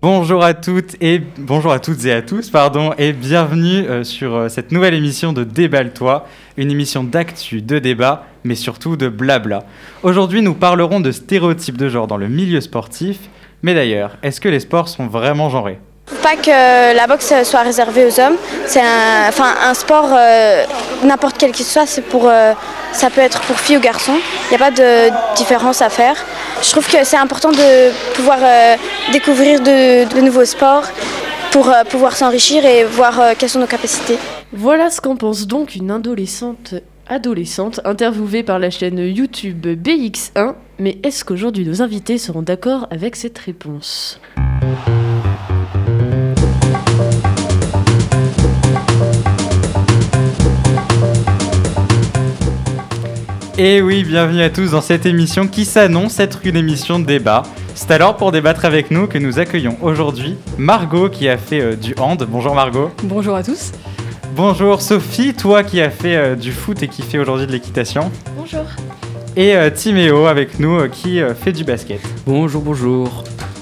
Bonjour à toutes et à tous, et bienvenue sur cette nouvelle émission de Déballe-toi, une émission d'actu, de débat, mais surtout de blabla. Aujourd'hui, nous parlerons de stéréotypes de genre dans le milieu sportif, mais d'ailleurs, est-ce que les sports sont vraiment genrés ? Pas que la boxe soit réservée aux hommes, c'est un sport, n'importe quel qu'il soit, ça peut être pour filles ou garçons, il n'y a pas de différence à faire. Je trouve que c'est important de pouvoir découvrir de nouveaux sports pour pouvoir s'enrichir et voir quelles sont nos capacités. Voilà ce qu'en pense donc une adolescente interviewée par la chaîne YouTube BX1, mais est-ce qu'aujourd'hui nos invités seront d'accord avec cette réponse ? Et oui, bienvenue à tous dans cette émission qui s'annonce être une émission de débat. C'est alors pour débattre avec nous que nous accueillons aujourd'hui Margot qui a fait du hand. Bonjour Margot. Bonjour à tous. Bonjour Sophie, toi qui as fait du foot et qui fait aujourd'hui de l'équitation. Bonjour. Et Timéo avec nous qui fait du basket. Bonjour.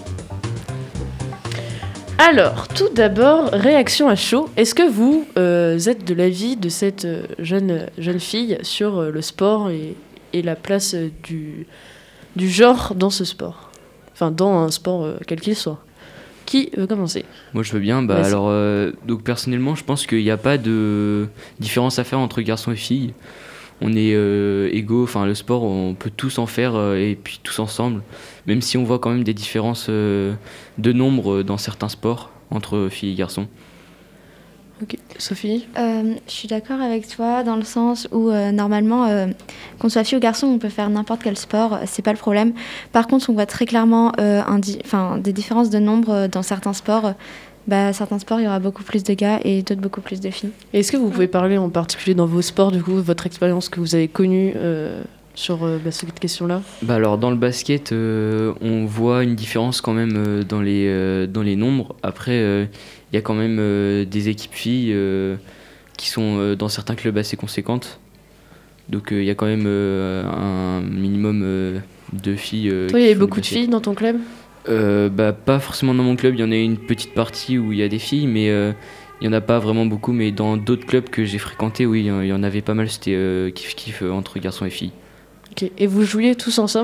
Alors, tout d'abord, réaction à chaud. Est-ce que vous êtes de l'avis de cette jeune fille sur le sport et la place du genre dans ce sport ? Enfin, dans un sport quel qu'il soit. Qui veut commencer ? Moi je veux bien. Donc personnellement, je pense qu'il n'y a pas de différence à faire entre garçons et filles. On est égaux, enfin le sport, on peut tous en faire et puis tous ensemble. Même si on voit quand même des différences de nombre dans certains sports entre filles et garçons. Ok, Sophie ? Je suis d'accord avec toi dans le sens où normalement, qu'on soit fille ou garçon, on peut faire n'importe quel sport, c'est pas le problème. Par contre, on voit très clairement des différences de nombre dans certains sports. Certains sports, il y aura beaucoup plus de gars et d'autres beaucoup plus de filles. Est-ce que vous pouvez parler en particulier dans vos sports, du coup, votre expérience que vous avez connue sur cette question-là ? Alors dans le basket, on voit une différence quand même dans les nombres. Après, il y a quand même des équipes filles qui sont dans certains clubs assez conséquentes. Donc il y a quand même un minimum de filles. Toi, il y avait beaucoup de filles dans ton club ? Pas forcément dans mon club, il y en a une petite partie où il y a des filles, mais il n'y en a pas vraiment beaucoup. Mais dans d'autres clubs que j'ai fréquentés, oui, il y en avait pas mal, c'était kiff-kiff entre garçons et filles. Ok. Et vous jouiez tous ensemble ?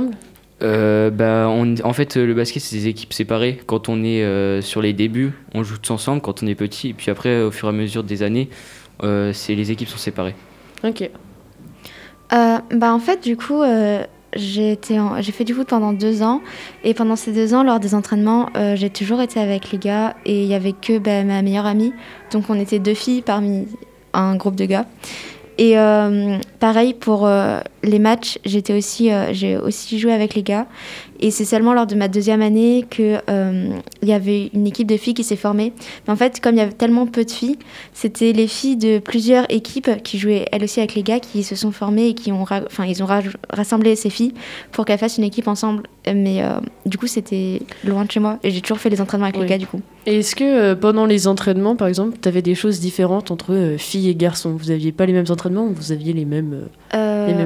En fait, le basket, c'est des équipes séparées. Quand on est sur les débuts, on joue tous ensemble quand on est petit. Et puis après, au fur et à mesure des années, les équipes sont séparées. Ok. En fait, du coup, j'ai fait du foot pendant 2 ans. Et pendant ces 2 ans, lors des entraînements, j'ai toujours été avec les gars. Et il n'y avait que ma meilleure amie. Donc on était 2 filles parmi un groupe de gars. Et pareil pour les matchs, j'ai aussi joué avec les gars. Et c'est seulement lors de ma 2e année qu'il y avait une équipe de filles qui s'est formée. Mais en fait, comme il y avait tellement peu de filles, c'était les filles de plusieurs équipes qui jouaient elles aussi avec les gars qui se sont formées et ils ont rassemblé ces filles pour qu'elles fassent une équipe ensemble. Mais du coup, c'était loin de chez moi. Et j'ai toujours fait les entraînements avec les gars du coup. Et est-ce que pendant les entraînements, par exemple, tu avais des choses différentes entre filles et garçons ? Vous n'aviez pas les mêmes entraînements ou vous aviez les mêmes exercices ?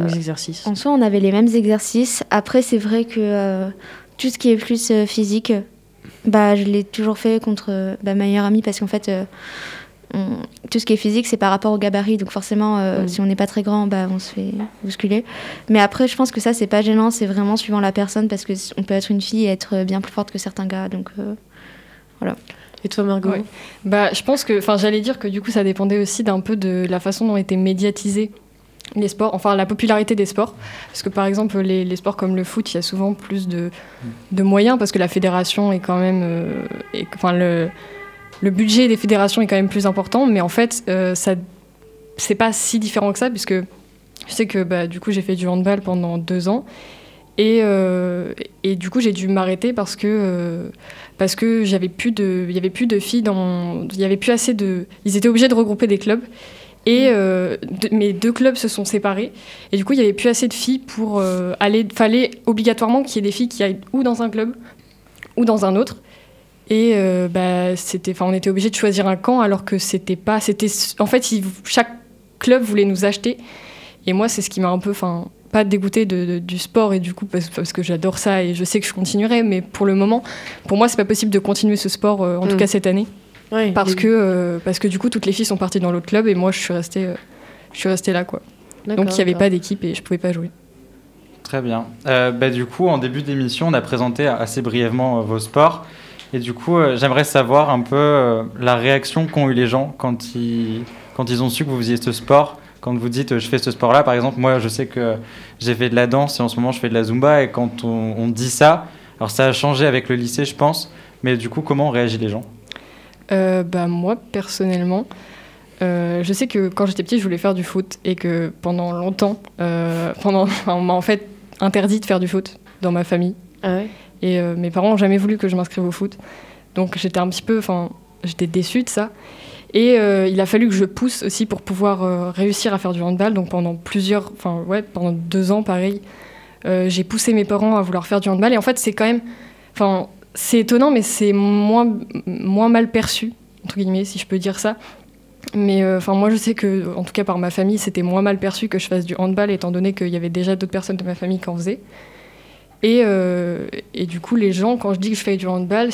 En soi, on avait les mêmes exercices. Après, c'est vrai que tout ce qui est plus physique, je l'ai toujours fait contre ma meilleure amie parce qu'en fait, tout ce qui est physique, c'est par rapport au gabarit. Donc forcément, si on n'est pas très grand, on se fait bousculer. Mais après, je pense que ça, c'est pas gênant. C'est vraiment suivant la personne parce qu'on peut être une fille et être bien plus forte que certains gars. Donc voilà. Et toi, Margot ? Ouais. Je pense que, j'allais dire que du coup, ça dépendait aussi d'un peu de la façon dont étaient médiatisés les sports, enfin la popularité des sports. Parce que par exemple, les sports comme le foot, il y a souvent plus de moyens parce que la fédération est quand même... le budget des fédérations est quand même plus important, mais en fait, c'est pas si différent que ça, puisque je sais que du coup, j'ai fait du handball pendant 2 ans. Et du coup, j'ai dû m'arrêter parce que il y avait plus de filles il y avait plus assez de. Ils étaient obligés de regrouper des clubs et mes 2 clubs se sont séparés et du coup, il y avait plus assez de filles pour fallait obligatoirement qu'il y ait des filles qui aillent ou dans un club ou dans un autre. Et on était obligés de choisir un camp alors que chaque club voulait nous acheter. Et moi, c'est ce qui m'a un peu, pas dégoûtée du sport, et du coup, parce que j'adore ça et je sais que je continuerai, mais pour le moment, pour moi, c'est pas possible de continuer ce sport, en tout cas cette année, parce que du coup, toutes les filles sont parties dans l'autre club et moi, je suis restée là, quoi. Donc, il n'y avait pas d'équipe et je pouvais pas jouer. Très bien. Du coup, en début d'émission, on a présenté assez brièvement vos sports. Et du coup, j'aimerais savoir un peu la réaction qu'ont eu les gens quand ils ont su que vous faisiez ce sport. Quand vous dites je fais ce sport-là, par exemple, moi je sais que j'ai fait de la danse et en ce moment je fais de la Zumba. Et quand on dit ça, alors ça a changé avec le lycée, je pense. Mais du coup, comment réagissent les gens ? Moi, personnellement, je sais que quand j'étais petite, je voulais faire du foot et que pendant longtemps, on m'a en fait interdit de faire du foot dans ma famille. Ah ouais. Et mes parents n'ont jamais voulu que je m'inscrive au foot. Donc j'étais un petit peu, j'étais déçue de ça. Et il a fallu que je pousse aussi pour pouvoir réussir à faire du handball. Donc pendant pendant 2 ans, pareil, j'ai poussé mes parents à vouloir faire du handball. Et en fait, c'est quand même, c'est étonnant, mais c'est moins mal perçu, entre guillemets, si je peux dire ça. Mais moi, je sais que, en tout cas par ma famille, c'était moins mal perçu que je fasse du handball, étant donné qu'il y avait déjà d'autres personnes de ma famille qui en faisaient. Et du coup, les gens, quand je dis que je fais du handball,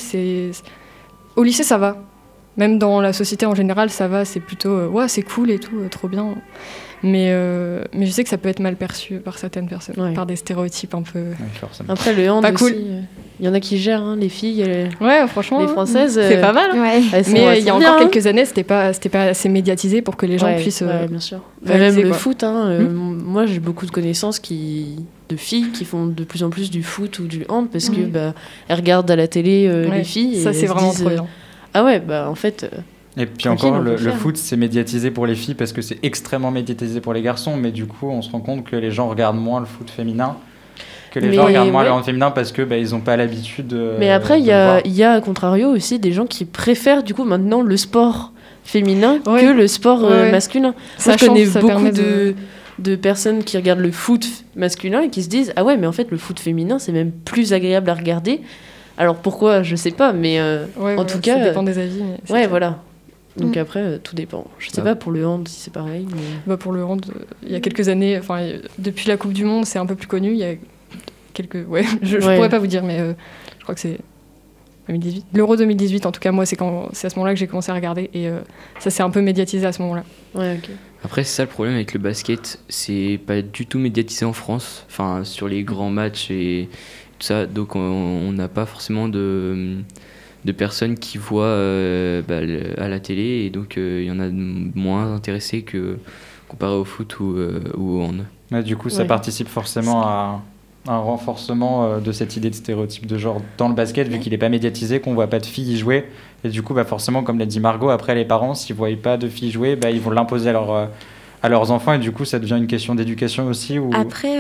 au lycée, ça va. Même dans la société en général, ça va. C'est plutôt, c'est cool et tout, trop bien. Mais je sais que ça peut être mal perçu par certaines personnes, par des stéréotypes un peu... Après, le hand pas aussi, cool. Il y en a qui gèrent, les filles. Franchement, les Françaises. c'est pas mal. Ouais. Mais il y a encore quelques années, c'était pas assez médiatisé pour que les gens puissent... bien sûr. réaliser, Même le quoi. foot, moi j'ai beaucoup de connaissances de filles qui font de plus en plus du foot ou du hand parce que elles regardent à la télé les filles. Ça, et c'est elles se vraiment disent, trop bien. Ah ouais, en fait... Et puis tranquille, encore, on peut le faire. foot, c'est médiatisé pour les filles parce que c'est extrêmement médiatisé pour les garçons. Mais du coup, on se rend compte que les gens regardent moins le foot féminin, que les gens regardent moins le hand féminin parce que ils n'ont pas l'habitude. Mais après, il y voir. a à contrario aussi des gens qui préfèrent du coup maintenant le sport féminin que le sport masculin. Ça Moi, je connais ça beaucoup permet de personnes qui regardent le foot masculin et qui se disent ah ouais, mais en fait le foot féminin c'est même plus agréable à regarder. Alors pourquoi, je sais pas, mais en tout cas ça dépend des avis. Mais c'est ouais, clair. voilà. Donc après, tout dépend. Je sais pas pour le hand si c'est pareil. Mais... Pour le hand, il y a quelques années, depuis la Coupe du Monde, c'est un peu plus connu. Il y a quelques, je pourrais pas vous dire, mais je crois que c'est 2018. L'Euro 2018, en tout cas, moi, c'est à ce moment-là que j'ai commencé à regarder et ça s'est un peu médiatisé à ce moment-là. Ouais, ok. Après, c'est ça le problème avec le basket, c'est pas du tout médiatisé en France, sur les grands matchs et tout ça, donc on n'a pas forcément de personnes qui voient à la télé, et donc il y en a moins intéressés que comparé au foot ou au hand. Mais du coup, ça participe forcément à un renforcement de cette idée de stéréotype de genre dans le basket, vu qu'il n'est pas médiatisé, qu'on ne voit pas de filles y jouer. Et du coup, forcément, comme l'a dit Margot, après les parents, s'ils ne voient pas de filles jouer, ils vont l'imposer à leurs enfants, et du coup, ça devient une question d'éducation aussi. Après,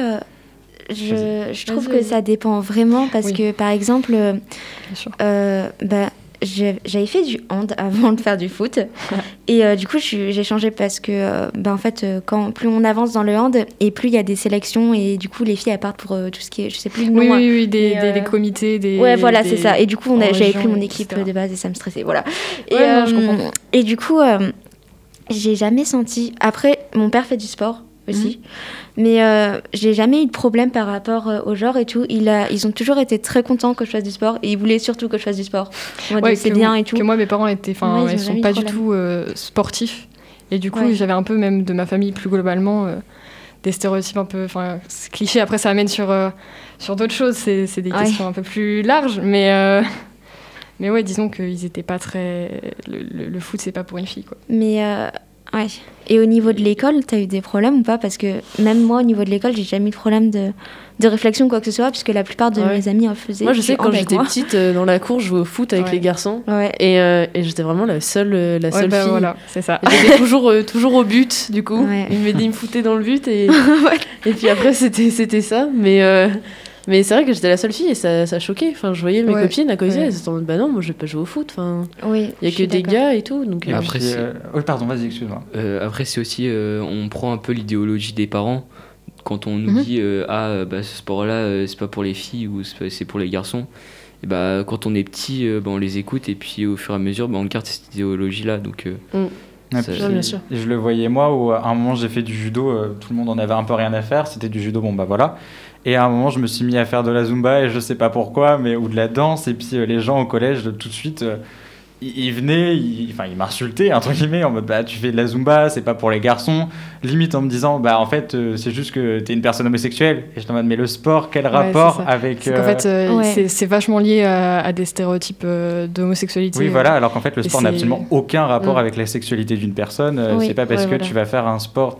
je trouve que ça dépend vraiment parce que, par exemple, j'avais fait du hand avant de faire du foot. Et du coup, j'ai changé parce que, en fait, plus on avance dans le hand, et plus il y a des sélections, et du coup, les filles, elles partent pour tout ce qui est, je sais plus le nom. Oui, des comités. Ouais, voilà, c'est ça. Et du coup, j'avais pris mon régions, équipe etc. de base et ça me stressait, voilà. Je comprends. Et du coup, j'ai jamais senti... Après, mon père fait du sport aussi, mais j'ai jamais eu de problème par rapport au genre et tout. Ils ont toujours été très contents que je fasse du sport, et ils voulaient surtout que je fasse du sport. C'est bien et tout. Que moi, mes parents étaient, ils sont pas du tout sportifs, et du coup, j'avais un peu, même de ma famille plus globalement, des stéréotypes un peu, c'est cliché. Après, ça amène sur d'autres choses. C'est des questions un peu plus larges, mais ouais, disons qu'ils étaient pas très. Le foot, c'est pas pour une fille, quoi. Mais ouais. Et au niveau de l'école, t'as eu des problèmes ou pas? Parce que même moi, au niveau de l'école, j'ai jamais eu de problème de réflexion ou quoi que ce soit, puisque la plupart de mes amis en faisaient. Moi, je sais que quand j'étais petite, dans la cour, je jouais au foot avec les garçons. Ouais. Et j'étais vraiment la seule fille. Voilà, c'est ça. J'étais toujours au but, du coup. Ouais. Il me foutait dans le but. Et puis après, c'était ça. Mais c'est vrai que j'étais la seule fille et ça choquait. Enfin, je voyais mes copines à côté, elles étaient en mode bah non, moi je vais pas jouer au foot. Enfin, il y a que des gars et tout. Donc, après, pardon, vas-y, excuse-moi. Après, c'est aussi, on prend un peu l'idéologie des parents quand on nous dit ce sport-là, c'est pas pour les filles ou c'est pour les garçons. Et quand on est petit, on les écoute et puis au fur et à mesure, on garde cette idéologie-là. Donc Ouais, Ça- puis, Ouais, bien sûr. et je le voyais moi, où à un moment j'ai fait du judo, tout le monde en avait un peu rien à faire, c'était du judo, bon bah voilà. Et à un moment je me suis mis à faire de la zumba, et je sais pas pourquoi, mais ou de la danse, et puis les gens au collège, tout de suite, ils venaient, ils m'insultaient, entre guillemets, en mode bah tu fais de la zumba, c'est pas pour les garçons, limite en me disant bah en fait c'est juste que t'es une personne homosexuelle. Et je te demande mais le sport, quel Ouais, rapport c'est ça. avec... C'est qu'en fait, Ouais. c'est vachement lié à des stéréotypes d'homosexualité. Oui, voilà, alors qu'en fait, le Et sport n'a c'est- absolument aucun rapport Mm. avec la sexualité d'une personne. Oui, C'est pas parce ouais, que voilà. tu vas faire un sport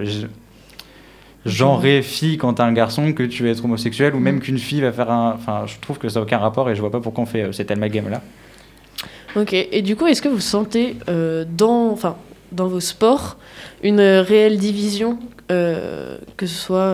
genré fille quand t'es un garçon que tu vas être homosexuel, ou même qu'une fille va faire un... Enfin, je trouve que ça n'a aucun rapport et je vois pas pourquoi on fait cet amalgame-là. Ok, et du coup, est-ce que vous sentez dans vos sports une réelle division, que ce soit...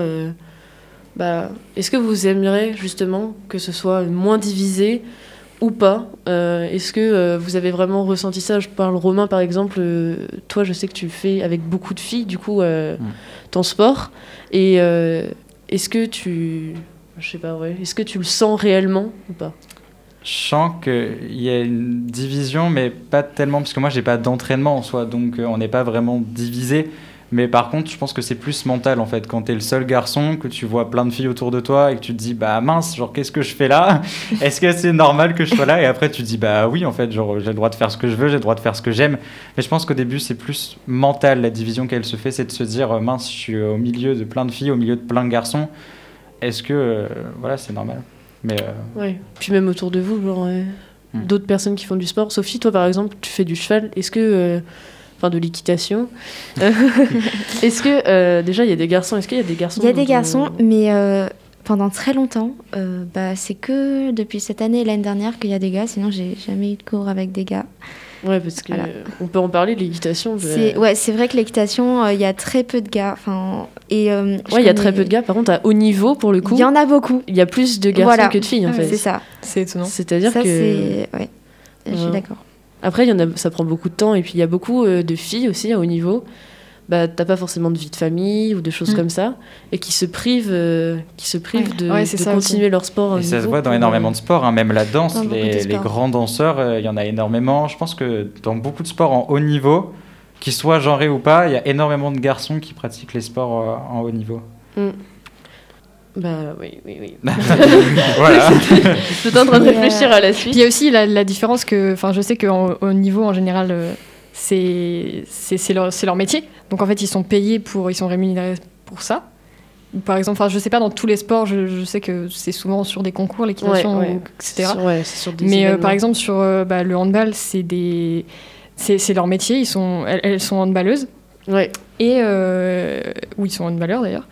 est-ce que vous aimeriez justement que ce soit moins divisé ou pas? Est-ce que vous avez vraiment ressenti ça? Je parle Romain par exemple, toi je sais que tu fais avec beaucoup de filles du coup ton sport, et est-ce que je sais pas, ouais, est-ce que tu le sens réellement ou pas? Je sens qu'il y a une division, mais pas tellement, parce que moi, j'ai pas d'entraînement en soi, donc on n'est pas vraiment divisé. Mais par contre, je pense que c'est plus mental, en fait, quand t'es le seul garçon, que tu vois plein de filles autour de toi, et que tu te dis, bah mince, genre, qu'est-ce que je fais là? Est-ce que c'est normal que je sois là? Et après, tu te dis, bah oui, en fait, genre, j'ai le droit de faire ce que je veux, j'ai le droit de faire ce que j'aime. Mais je pense qu'au début, c'est plus mental, la division qu'elle se fait, c'est de se dire, mince, je suis au milieu de plein de filles, au milieu de plein de garçons. Est-ce que, voilà, c'est normal? Mais Ouais, puis même autour de vous, genre d'autres personnes qui font du sport. Sophie, toi par exemple, tu fais du cheval. Est-ce que, enfin de l'équitation, est-ce que déjà il y a des garçons? Est-ce qu'il y a des garçons? Il y a des garçons, mais pendant très longtemps, c'est que depuis cette année et l'année dernière qu'il y a des gars. Sinon, j'ai jamais eu de cours avec des gars. Ouais, parce que Voilà. on peut en parler de l'équitation. C'est vrai que l'équitation, il y a très peu de gars. Ouais, il y a très peu de gars. Par contre, à haut niveau, pour le coup, Il y en a beaucoup. il y a plus de garçons Voilà. que de filles en fait. C'est ça. C'est étonnant. C'est-à-dire Ça, que c'est... Ouais. Je suis Ouais. d'accord. après, il y en a, ça prend beaucoup de temps, et puis il y a beaucoup de filles aussi à haut niveau. Bah, t'as pas forcément de vie de famille ou de choses comme ça, et qui se privent de, Ouais, c'est de ça continuer leur sport. à haut et ça se niveau voit dans pour, énormément de sports, hein, même la danse, Dans beaucoup de les sports. grands danseurs, il y en a énormément. Je pense que dans beaucoup de sports en haut niveau, qu'ils soient genrés ou pas, il y a énormément de garçons qui pratiquent les sports en haut niveau. Bah oui. Voilà. Je suis en train de Mais, réfléchir à la Puis suite. il y a aussi la différence que, enfin, je sais qu'au niveau en général, c'est leur métier. Donc en fait, ils sont rémunérés pour ça. Ou par exemple, enfin, je sais pas, dans tous les sports, je sais que c'est souvent sur des concours, l'équitation, Ouais. etc. C'est sur des Mais événements. par exemple, sur le handball, c'est leur métier. Elles sont handballeuses. Ouais. Et ou ils sont handballeurs d'ailleurs.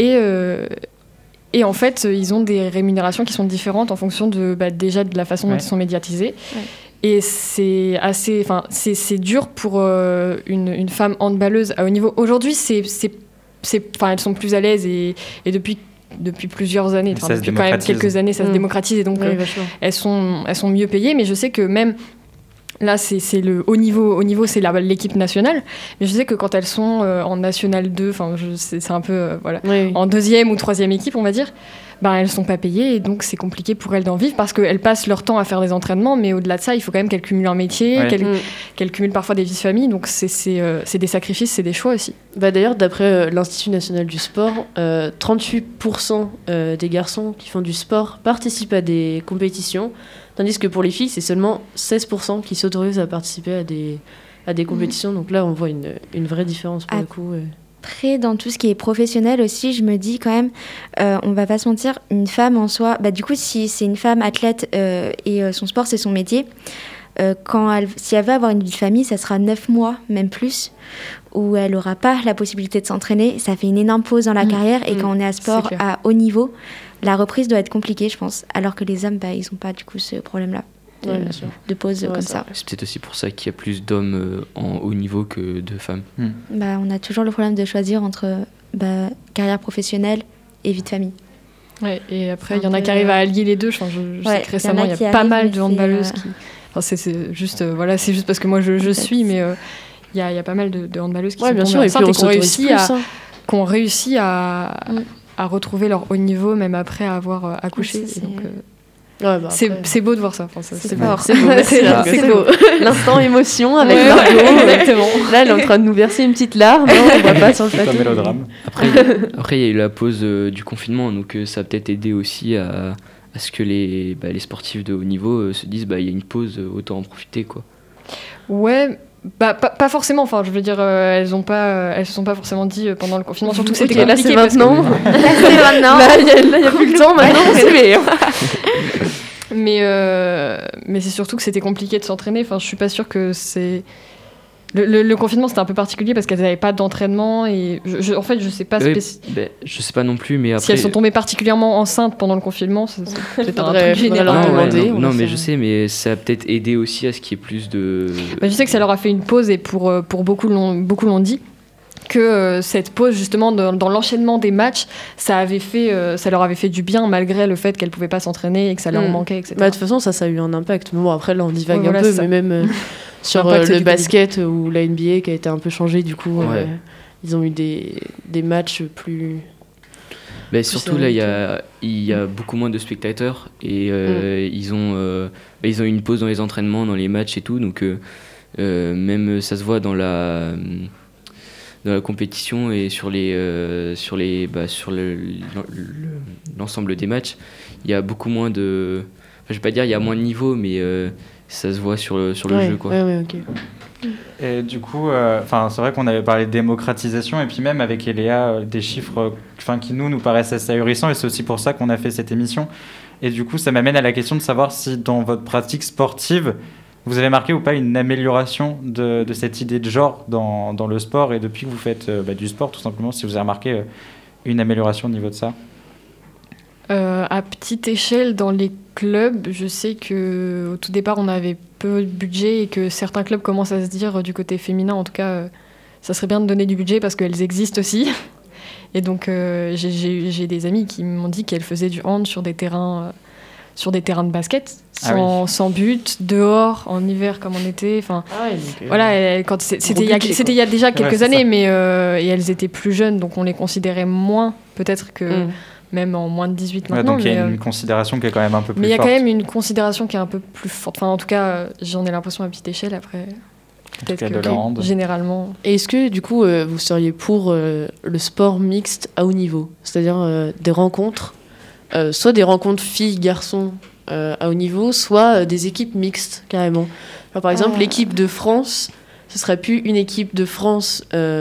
Et en fait, ils ont des rémunérations qui sont différentes en fonction déjà de la façon dont Ouais. ils sont médiatisés. Ouais. Et c'est assez, enfin, c'est dur pour une femme handballeuse à haut niveau. Aujourd'hui, elles sont plus à l'aise et depuis plusieurs années, Ça enfin, se depuis quand même démocratise. quelques années, ça se Mm. démocratise et donc Ouais, vachement. elles sont mieux payées. Mais je sais que même là, c'est le haut niveau. Haut niveau, c'est l'équipe nationale. Mais je sais que quand elles sont en National 2, enfin, c'est un peu voilà, Oui. en deuxième ou troisième équipe, on va dire, elles sont pas payées et donc c'est compliqué pour elles d'en vivre parce qu'elles passent leur temps à faire des entraînements, mais au-delà de ça, il faut quand même qu'elles cumulent un métier, Ouais. qu'elles cumulent parfois des vies de famille. Donc c'est des sacrifices, c'est des choix aussi. Bah d'ailleurs, d'après l'Institut national du sport, 38% des garçons qui font du sport participent à des compétitions, tandis que pour les filles, c'est seulement 16% qui s'autorisent à participer à des compétitions. Donc là, on voit une vraie différence pour Ah. le coup. Après, dans tout ce qui est professionnel aussi, je me dis quand même, on va pas se mentir, une femme en soi, du coup, si c'est une femme athlète et son sport, c'est son métier, si elle veut avoir une vie de famille, ça sera 9 mois, même plus, où elle n'aura pas la possibilité de s'entraîner. Ça fait une énorme pause dans la carrière, et quand on est à sport c'est clair. à haut niveau, la reprise doit être compliquée, je pense, alors que les hommes, ils n'ont pas du coup ce problème-là Ouais, bien sûr. de pause Ouais, comme c'est ça. vrai. C'est peut-être aussi pour ça qu'il y a plus d'hommes en haut niveau que de femmes. On a toujours le problème de choisir entre carrière professionnelle et vie de famille. Ouais, et après, C'est il y en un a peu, qui arrivent à allier les deux. Je sais Ouais, que récemment, il y qui a pas arrivent, mal mais de c'est, handballeuses qui. Enfin, c'est juste, voilà, c'est juste parce que moi je fait, suis, mais il y a pas mal de handballeuses qui Ouais, sont bien tombées sûr, et puis enceintes on qui ont s'autorise réussi plus, à, hein. qu'on réussit à retrouver leur haut niveau, même après avoir accouché. Ouais, ça, Et donc, Ouais, bah, après, C'est beau de voir ça. Enfin, c'est beau. fort. C'est beau, merci. C'est beau. L'instant émotion avec Ouais, Margot. exactement. Là, elle est en train de nous verser une petite larme. On voit pas sur le C'est un plateau. mélodrame. Après, il y a eu la pause du confinement, donc ça a peut-être aidé aussi à ce que les sportifs de haut niveau se disent il y a une pause, autant en profiter, quoi. Ouais, pas forcément. Enfin, je veux dire, elles se sont pas forcément dit pendant le confinement. Surtout que Ok, c'était là, c'est compliqué parce que- maintenant. C'est maintenant. Là, il n'y a plus le temps. Maintenant, c'est meilleur. Mais c'est surtout que c'était compliqué de s'entraîner. Enfin, je suis pas sûre que c'est. Le confinement, c'était un peu particulier parce qu'elles n'avaient pas d'entraînement et en fait, je sais pas Oui, je sais pas non plus, mais après. si elles sont tombées particulièrement enceintes pendant le confinement. C'est peut-être un Faudrait- truc faudrait général. leur Non, demander, on non, en mais sait je rien. sais, mais ça a peut-être aidé aussi à ce qu'il y ait plus de. Je sais que ça leur a fait une pause et pour beaucoup l'ont dit que cette pause justement dans l'enchaînement des matchs, ça leur avait fait du bien malgré le fait qu'elles pouvaient pas s'entraîner et que ça leur manquait, etc. Bah, de toute façon, ça a eu un impact. Mais bon, après, là, on divague Oui, voilà, un peu, c'est ça. mais même sur L'impact le du basket ou la NBA qui a été un peu changé, du coup, Ouais. ils ont eu des matchs plus. Surtout là, il y a beaucoup moins de spectateurs et ils ont eu une pause dans les entraînements, dans les matchs et tout, donc même ça se voit dans la compétition et sur l'ensemble des matchs, il y a beaucoup moins de. Enfin, je vais pas dire il y a moins de niveau, mais ça se voit sur le Ouais, jeu, quoi. ouais, ok. Et du coup, c'est vrai qu'on avait parlé de démocratisation et puis même avec Eléa, des chiffres qui nous paraissent assez ahurissants et c'est aussi pour ça qu'on a fait cette émission. Et du coup, ça m'amène à la question de savoir si dans votre pratique sportive, vous avez marqué ou pas une amélioration de cette idée de genre dans le sport et depuis que vous faites du sport, tout simplement, si vous avez remarqué une amélioration au niveau de ça. À petite échelle, dans les clubs, je sais que au tout départ, on avait peu de budget et que certains clubs commencent à se dire, du côté féminin, en tout cas, ça serait bien de donner du budget parce qu'elles existent aussi. Et donc, j'ai des amis qui m'ont dit qu'elles faisaient du hand sur des terrains de basket, sans but, dehors, en hiver comme en été. Enfin, voilà, c'était il y a déjà quelques années, mais et elles étaient plus jeunes, donc on les considérait moins, peut-être que même en moins de 18 maintenant. Donc il y a une considération qui est quand même un peu plus forte. Mais il y a quand même une considération qui est un peu plus forte. Enfin, en tout cas, j'en ai l'impression à petite échelle. Après, peut-être que généralement. Et est-ce que du coup, vous seriez pour le sport mixte à haut niveau, c'est-à-dire des rencontres, soit des rencontres filles-garçons à haut niveau, soit des équipes mixtes carrément. Alors, par exemple, l'équipe de France, ce serait plus une équipe de France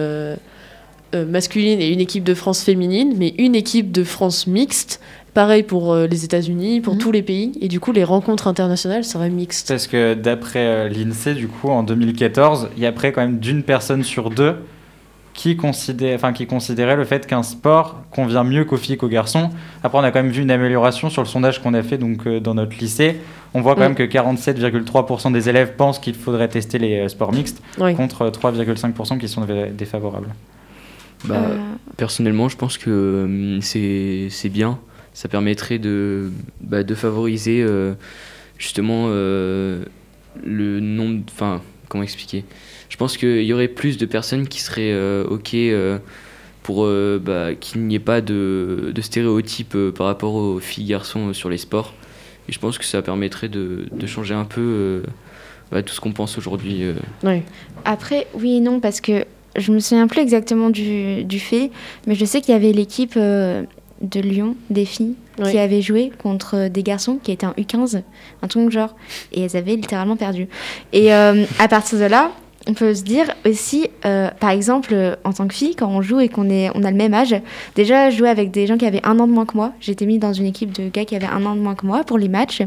masculine et une équipe de France féminine, mais une équipe de France mixte. Pareil pour les États-Unis, pour tous les pays. Et du coup, les rencontres internationales seraient mixtes. Parce que d'après l'INSEE, du coup, en 2014, il y a près quand même d'une personne sur deux qui considérait le fait qu'un sport convient mieux qu'aux filles qu'aux garçons. Après, on a quand même vu une amélioration sur le sondage qu'on a fait dans notre lycée. On voit quand même que 47,3% des élèves pensent qu'il faudrait tester les sports mixtes, contre 3,5% qui sont défavorables. Personnellement, je pense que c'est bien. Ça permettrait de favoriser justement le nombre. Enfin, comment expliquer ? Je pense qu'il y aurait plus de personnes qui seraient OK pour qu'il n'y ait pas de stéréotypes par rapport aux filles-garçons sur les sports. Et je pense que ça permettrait de changer un peu tout ce qu'on pense aujourd'hui. Après, oui et non, parce que je me souviens plus exactement du fait, mais je sais qu'il y avait l'équipe de Lyon, des filles, qui avaient joué contre des garçons qui étaient un U15, un truc genre, et elles avaient littéralement perdu. Et à partir de là, on peut se dire aussi, par exemple, en tant que fille, quand on joue et qu'on a le même âge, déjà jouer avec des gens qui avaient 1 an de moins que moi. J'étais mise dans une équipe de gars qui avaient 1 an de moins que moi pour les matchs.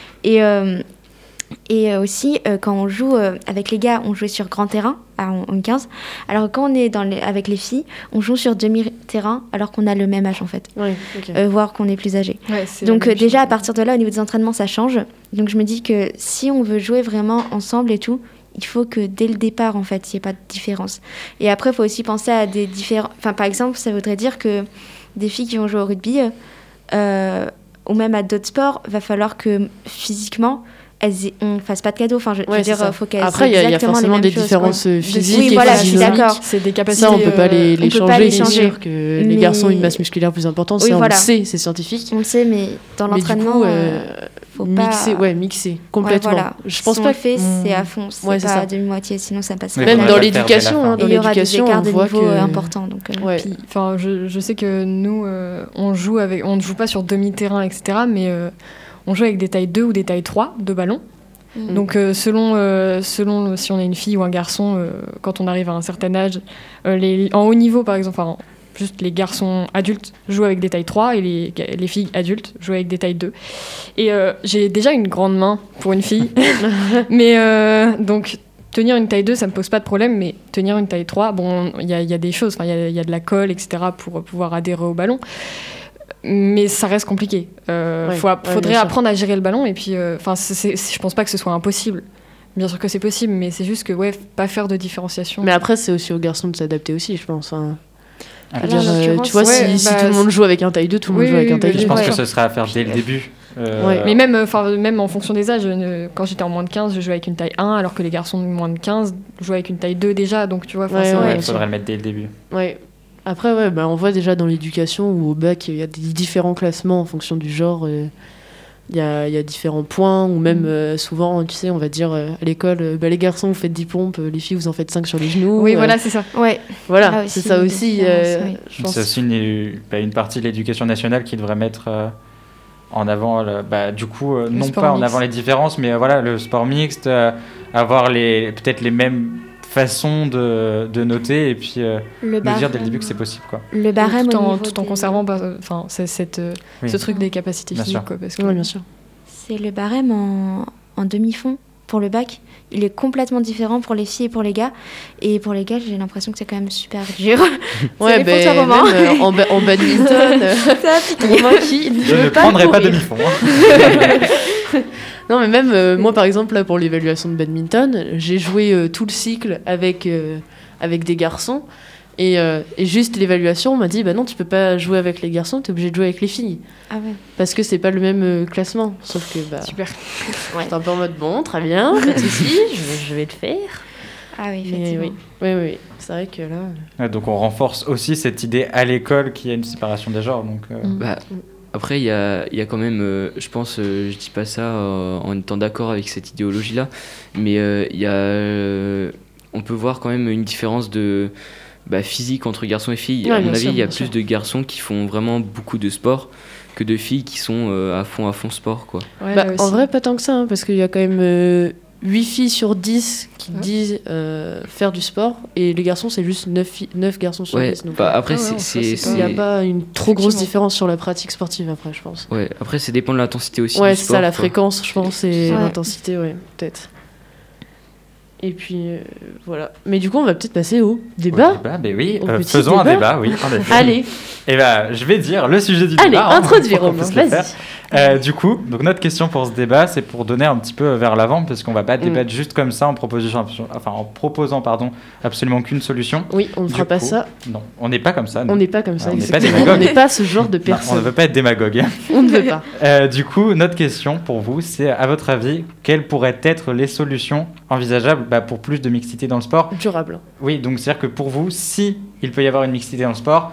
Et aussi, quand on joue avec les gars, on jouait sur grand terrain, en 15. Alors quand on est avec les filles, on joue sur demi-terrain, alors qu'on a le même âge en fait. Voire qu'on est plus âgé. Donc déjà, à partir de là, au niveau des entraînements, ça change. Donc je me dis que si on veut jouer vraiment ensemble et tout, il faut que dès le départ, en fait, il n'y ait pas de différence. Et après, il faut aussi penser à des différents... Enfin, par exemple, ça voudrait dire que des filles qui vont jouer au rugby, ou même à d'autres sports, va falloir que physiquement, on ne fasse pas de cadeaux. Enfin, je veux dire, faut qu'elles après, il y a forcément des différences physiques. Oui, voilà, je suis d'accord. C'est des capacités. Ça, on ne peut pas les changer. C'est sûr que les garçons ont une masse musculaire plus importante. Oui, ça, voilà. on le sait, c'est scientifique. On le sait, mais dans l'entraînement... faut pas... Mixer, complètement. Ouais, voilà. Je pense si on pas le fait, que- c'est à fond, c'est Ouais, pas c'est ça. à demi-moitié, sinon ça passe Mais pas. Même faudrait dans le faire dès la l'éducation, fin. hein, Et dans il y aura des l'éducation, écarts on de voit niveau que... importants. Donc, Ouais. Puis, enfin, je sais que nous, on ne joue pas sur demi-terrain, etc. Mais on joue avec des tailles 2 ou des tailles 3 de ballon. Mm. Donc selon si on est une fille ou un garçon, quand on arrive à un certain âge, en haut niveau par exemple, enfin, juste les garçons adultes jouent avec des tailles 3 et les filles adultes jouent avec des tailles 2. Et j'ai déjà une grande main pour une fille, mais donc tenir une taille 2 ça me pose pas de problème, mais tenir une taille 3, bon, il y a des choses, il y a de la colle, etc. pour pouvoir adhérer au ballon. Mais ça reste compliqué. Faudrait bien sûr. apprendre à gérer le ballon et puis, je pense pas que ce soit impossible. Bien sûr que c'est possible, mais c'est juste que pas faire de différenciation. Mais après, c'est aussi aux garçons de s'adapter aussi, je pense. Hein. Ah, Je veux Là, dire, en l'occurrence, tu vois, ouais, si tout le monde joue avec un taille 2, tout le monde Oui, joue avec oui, un taille oui, 2. Je pense Ouais. que ce sera à faire dès le début. Ouais. Mais même en fonction des âges, quand j'étais en moins de 15, je jouais avec une taille 1, alors que les garçons de moins de 15 jouaient avec une taille 2 déjà. Donc tu vois, Ouais, c'est Ouais, vrai. il faudrait le mettre dès le début. Ouais. Après, on voit déjà dans l'éducation ou au bac, il y a des différents classements en fonction du genre. Il y a différents points, ou même souvent, tu sais, on va dire à l'école, les garçons, vous faites 10 pompes, les filles, vous en faites 5 sur les genoux. Oui, voilà, c'est ça. Ouais. Voilà, Là c'est aussi, ça des aussi. différences, oui. Je pense. C'est aussi une partie de l'éducation nationale qui devrait mettre en avant, du coup, non sport pas en mixte. avant les différences, mais voilà, le sport mixte, avoir peut-être les mêmes façons de noter et puis Le nous dire dès le début barème, que c'est possible, quoi. le barème tout au en, niveau tout en des- conservant ce Oui. truc des capacités Bien physiques. sûr. Quoi, parce que, Ouais, bien sûr. C'est le barème en demi-fond pour le bac. Il est complètement différent pour les filles et pour les gars. Et pour les gars, j'ai l'impression que c'est quand même super dur. Ouais, dépend de toi, Romain. même en badminton, Romain qui Je veut ne pas prendrai pas courir. demi-fond. Hein. Non, mais même moi, par exemple, là, pour l'évaluation de badminton, j'ai joué tout le cycle avec des garçons. Et juste l'évaluation, on m'a dit, bah non, tu peux pas jouer avec les garçons, t'es obligé de jouer avec les filles. Ah ouais. Parce que c'est pas le même classement. Sauf que, Super. j'étais un peu en mode, bon, très bien, pas de soucis, je vais le faire. Ah oui, Mais effectivement. oui, c'est vrai que là... Ouais, donc on renforce aussi cette idée à l'école qu'il y a une séparation des genres. Donc, Bah, après, il y a quand même, je pense, je dis pas ça en étant d'accord avec cette idéologie-là, mais on peut voir quand même une différence de physique entre garçons et filles. Ouais, à mon bien avis, sûr, il y a bien plus sûr. de garçons qui font vraiment beaucoup de sport que de filles qui sont à fond sport, quoi. Ouais, Bah, là en aussi. vrai, pas tant que ça, hein, parce qu'il y a quand même 8 filles sur 10 qui Ouais. disent faire du sport, et les garçons, c'est juste 9 garçons sur Ouais, 10. Donc, après, Ah ouais, c'est il n'y a pas une trop grosse Effectivement. différence sur la pratique sportive, après, je pense. Ouais, après, ça dépend de l'intensité aussi Ouais, du c'est sport, ça, la quoi. fréquence, je pense, et Ouais. l'intensité, ouais, peut-être. Et puis, voilà. Mais du coup, on va peut-être passer au débat. Ben oui, Au petit faisons un débat. débat, oui. en effet. Allez, Et je vais dire le sujet du allez, débat. hein, introduis, pour qu'on Romain, puisse le vas-y. faire. Du coup, donc notre question pour ce débat, c'est pour donner un petit peu vers l'avant, parce qu'on va pas débattre juste comme ça en proposant absolument qu'une solution. Oui, on ne Du fera pas coup, ça. Non, on n'est pas comme ça. nous. On n'est pas comme ça, On n'est pas exactement. démagogue. On n'est pas ce genre de Non, on personne. ne veut pas être démagogue. On ne veut pas. Du coup, notre question pour vous, c'est à votre avis, quelles pourraient être les solutions envisageables pour plus de mixité dans le sport? Durable. Oui, donc c'est-à-dire que pour vous, si il peut y avoir une mixité dans le sport,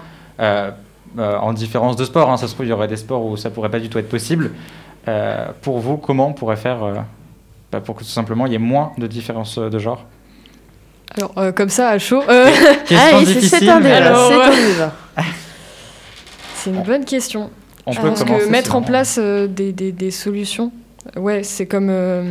en différence de sport, hein, ça se trouve, il y aurait des sports où ça pourrait pas du tout être possible. Pour vous, comment on pourrait faire pour que tout simplement il y ait moins de différence de genre? Alors, comme ça, à chaud, Question Allez, difficile, c'est un mais débat. alors, C'est ouais. un débat. c'est une bonne question. on peut Parce commencer. que mettre en selon- place des solutions, ouais, c'est comme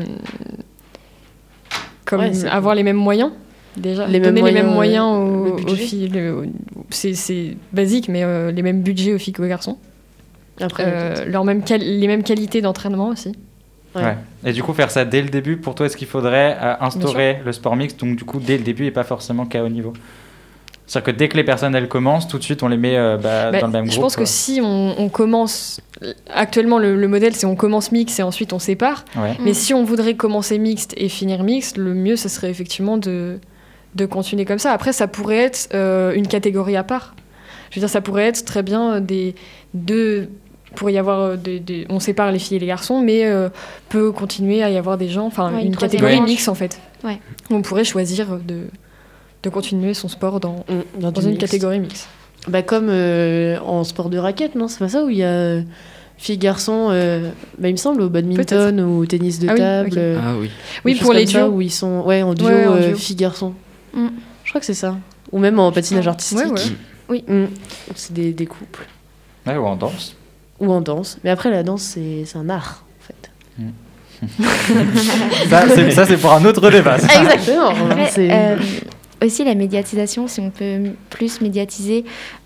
Ouais, c'est avoir les mêmes moyens. Déjà, Les donner mêmes les mêmes moyens, moyens le aux budget. filles. C'est basique, mais les mêmes budgets aux filles qu'aux garçons. Après, Les mêmes qualités d'entraînement aussi. Ouais. Ouais. Et du coup, faire ça dès le début, pour toi, est-ce qu'il faudrait instaurer le sport mixte, donc du coup, dès le début et pas forcément qu'à haut niveau? C'est-à-dire que dès que les personnes elles commencent, tout de suite on les met dans le même groupe. Je pense que si on commence. Actuellement, le modèle, c'est on commence mixte et ensuite on sépare. Ouais. Mais si on voudrait commencer mixte et finir mixte, le mieux, ce serait effectivement de continuer comme ça. Après, ça pourrait être une catégorie à part. Je veux dire, ça pourrait être très bien pourrait y avoir on sépare les filles et les garçons, mais peut continuer à y avoir des gens, enfin Ouais, une une troisième catégorie branche. mixte en fait. Ouais. On pourrait choisir de continuer son sport dans dans une du mixte. catégorie mixte. Bah comme en sport de raquette, non? C'est pas ça où il y a filles-garçons, il me semble au badminton ou au tennis de Ah oui, table. ok. Ah oui. Oui, des pour choses les comme ça, duos. où ils sont en duo, Ouais, en duo. filles-garçons. Mm. Je crois que c'est ça. Ou même en patinage artistique. Ouais. C'est des couples. Ouais, ou en danse. Ou en danse. Mais après, la danse, c'est un art, en fait. Ça, c'est pour un autre débat. ça. Exactement. Après, C'est- aussi la médiatisation, si on peut plus médiatiser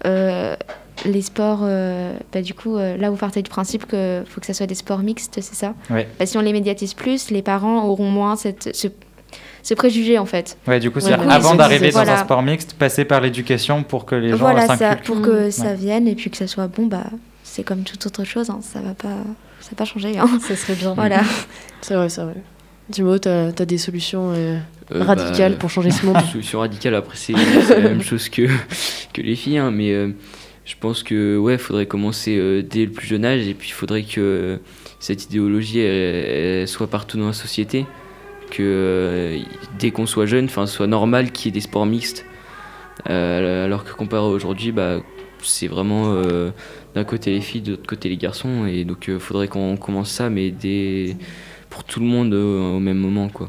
les sports, du coup, là vous partez du principe qu'il faut que ça soit des sports mixtes, c'est ça? Ouais. Si on les médiatise plus, les parents auront moins ce préjugé en fait. Ouais, du coup, Ouais, c'est-à-dire oui, avant c'est- d'arriver c'est- dans un voilà. sport mixte, passer par l'éducation pour que les gens Voilà, ça, s'inculquent. pour que Mm. ça vienne et puis que ça soit bon, c'est comme toute autre chose, hein, ça va pas changer. Hein. Ça serait bien. Voilà. C'est vrai. Timo, t'as des solutions radicales pour changer ce monde? Solution radicale, après, c'est la même chose que les filles, hein, mais je pense que faudrait commencer dès le plus jeune âge, et puis il faudrait que cette idéologie elle soit partout dans la société, que dès qu'on soit jeune, ce soit normal qu'il y ait des sports mixtes, alors que comparé à aujourd'hui, c'est vraiment d'un côté les filles, de l'autre côté les garçons, et donc faudrait qu'on commence ça, mais pour tout le monde au même moment, quoi.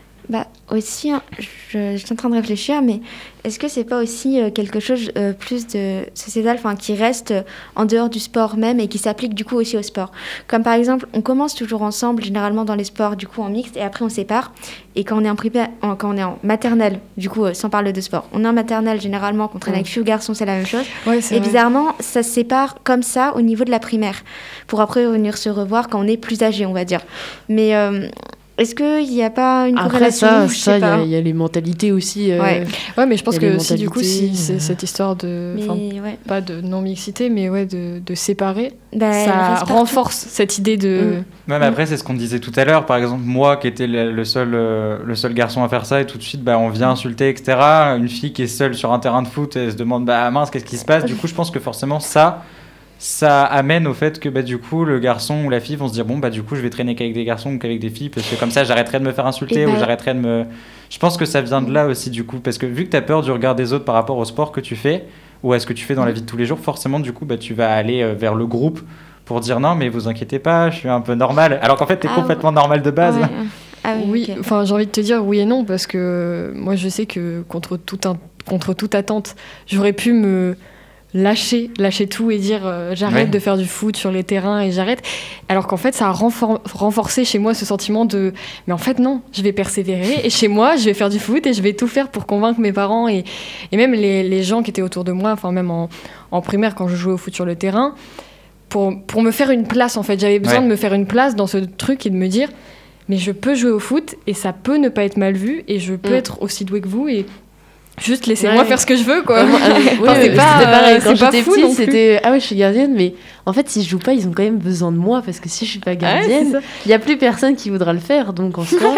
Aussi, hein, je suis en train de réfléchir, mais est-ce que c'est pas aussi quelque chose plus de sociétal, qui reste en dehors du sport même et qui s'applique du coup aussi au sport? Comme par exemple, on commence toujours ensemble, généralement dans les sports, du coup en mixte, et après on sépare. Et quand on est quand on est en maternelle, du coup, sans parler de sport, on est en maternelle, généralement, qu'on traîne avec filles ou garçons, c'est la même chose. Ouais, c'est Et vrai. bizarrement, ça se sépare comme ça au niveau de la primaire, pour après venir se revoir quand on est plus âgé, on va dire. Mais est-ce qu'il n'y a pas une Après, corrélation? Je sais pas. il y a les mentalités aussi. Ouais. Ouais, mais je pense Il y a les que si du coup, si mentalités, c'est cette histoire de. Enfin, Mais ouais. pas de non-mixité, mais de séparer, Elle ça reste partout. renforce cette idée de. Ouais, mais après, c'est ce qu'on disait tout à l'heure. Par exemple, moi qui étais le seul garçon à faire ça, et tout de suite, on vient insulter, etc. Une fille qui est seule sur un terrain de foot, elle se demande, mince, qu'est-ce qui se passe? Du coup, je pense que forcément, ça amène au fait que du coup le garçon ou la fille vont se dire du coup je vais traîner qu'avec des garçons ou qu'avec des filles parce que comme ça j'arrêterai de me faire insulter Et ou j'arrêterai de me... Je pense que ça vient de là aussi du coup, parce que vu que tu as peur du regard des autres par rapport au sport que tu fais ou à ce que tu fais dans la vie de tous les jours, forcément du coup tu vas aller vers le groupe pour dire non mais vous inquiétez pas, je suis un peu normal, alors qu'en fait t'es complètement normal de base. Ouais. Ah Oui, ok. enfin j'ai envie de te dire oui et non, parce que moi je sais que contre toute attente, j'aurais pu me lâcher tout et dire j'arrête de faire du foot sur les terrains et j'arrête, alors qu'en fait ça a renforcé chez moi ce sentiment de mais en fait non, je vais persévérer et chez moi je vais faire du foot et je vais tout faire pour convaincre mes parents et même les gens qui étaient autour de moi, enfin même en primaire quand je jouais au foot sur le terrain, pour me faire une place en fait, j'avais besoin de me faire une place dans ce truc et de me dire mais je peux jouer au foot et ça peut ne pas être mal vu et je peux être aussi douée que vous et juste laissez-moi faire ce que je veux, quoi. Oui, Enfin, c'est pas pareil. Quand c'est pas j'étais fou petite, non plus. c'était je suis gardienne, mais en fait, si je joue pas, ils ont quand même besoin de moi parce que si je suis pas gardienne, il y a plus personne qui voudra le faire. Donc en soi,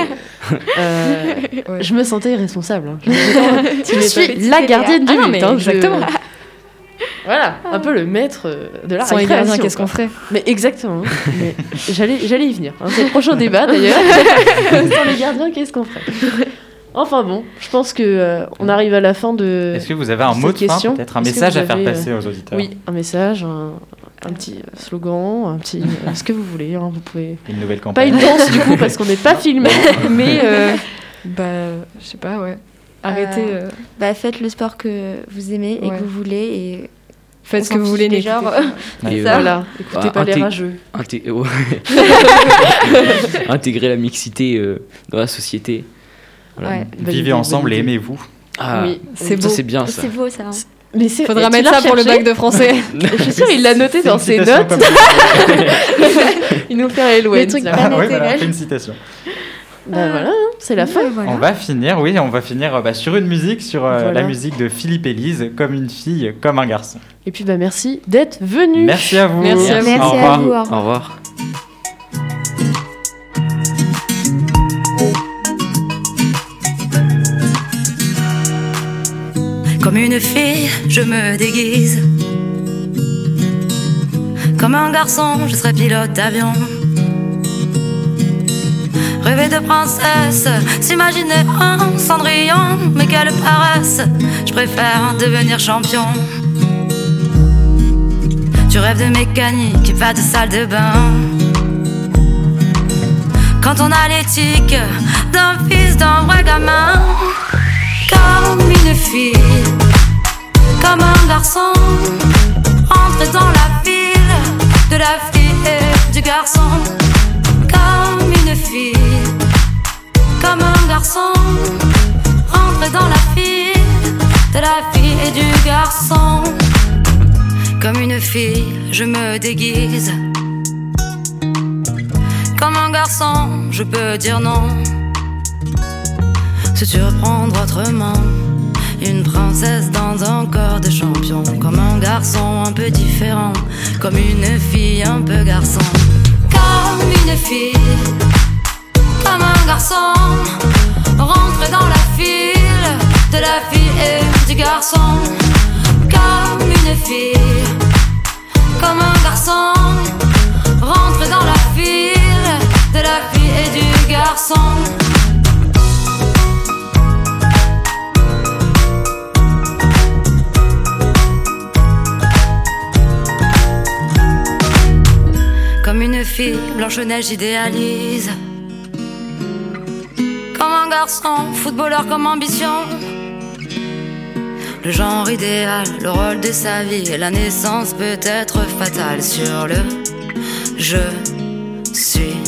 je me sentais responsable. Hein. Je suis la gardienne du non, but. mais Hein, exactement. Voilà, un peu le maître de la Sans les récréation. gardiens, qu'est-ce qu'on ferait? Mais exactement. Mais j'allais y venir. Hein. C'est le prochain débat d'ailleurs. Sans les gardiens, qu'est-ce qu'on ferait? Enfin bon, je pense que on arrive à la fin de. Est-ce que vous avez un cette mot de fin, question. peut-être un Est-ce que message vous à faire avez, passer aux auditeurs? Oui, un message, un petit slogan, un petit. Ce que vous voulez, hein, vous pouvez. Une nouvelle Pas campagne. une danse du coup parce qu'on n'est pas filmé, mais Je sais pas, ouais. Arrêtez. Faites le sport que vous aimez et que vous voulez et Faites ce que vous voulez, les n'écoutez genre. pas. Et ça. voilà, écoutez pas les rageux. Intégrer la mixité dans la société. Voilà. Ouais. Vivez ensemble et aimez-vous. Ah, Oui, c'est ça beau. c'est bien ça. C'est beau ça. Hein. Mais c'est. Faudra tu mettre l'as ça pour le recherché bac de français. Je suis sûre, il l'a noté C'est dans une ses citation notes. comme ça. Il nous fait Elouen. Les trucs tiens. pas Ah, ouais, notés, voilà, là. fais une citation. Voilà, c'est la fin. Voilà. On va finir sur une musique, sur Voilà. la musique de Philippe Élise, Comme une fille, comme un garçon. Et puis merci d'être venu. Merci à vous. Merci à vous. Merci Au à revoir. vous. Au Au revoir. revoir. Comme une fille, je me déguise. Comme un garçon, je serai pilote d'avion. Rêver de princesse, s'imaginer un Cendrillon. Mais quelle paresse, je préfère devenir champion. Tu Tu rêves de mécanique, pas de salle de bain. Quand on a l'éthique d'un fils d'un vrai gamin. Comme une fille, comme un garçon, entre dans la file de la fille et du garçon. Comme une fille, comme un garçon, entre dans la file de la fille et du garçon. Comme une fille, je me déguise. Comme un garçon, je peux dire non. Se surprendre autrement. Une princesse dans un corps de champion. Comme un garçon un peu différent. Comme une fille un peu garçon. Comme une fille, comme un garçon. Rentre dans la file de la fille et du garçon. Comme une fille, comme un garçon. Rentre dans la file de la fille et du garçon. Comme une fille, Blanche-Neige idéalise. Comme un garçon, footballeur comme ambition. Le genre idéal, le rôle de sa vie. La naissance peut être fatale. Sur le je suis.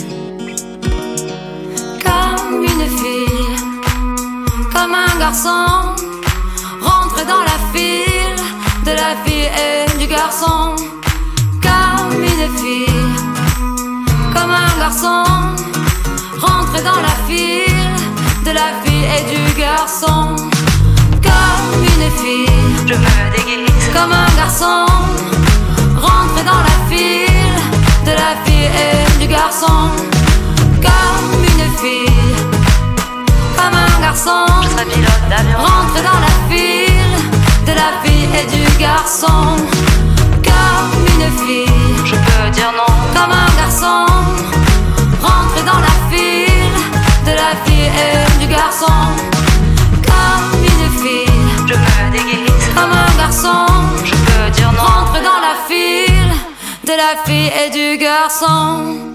Comme une fille, comme un garçon. Rentre dans la file de la fille et du garçon. Comme une fille, comme un garçon. Rentre dans la file de la fille et du garçon. Comme une fille, je me déguise. Comme un garçon. Rentre dans la file de la fille et du garçon. Comme une fille, comme un garçon. Je serai pilote d'avion. Rentre dans la file de la fille et du garçon. Comme une fille, je peux dire non. Comme un garçon. Rentre dans la file de la fille et du garçon. Comme une fille, je me déguise. Comme un garçon, je peux dire non. Rentre dans la file de la fille et du garçon.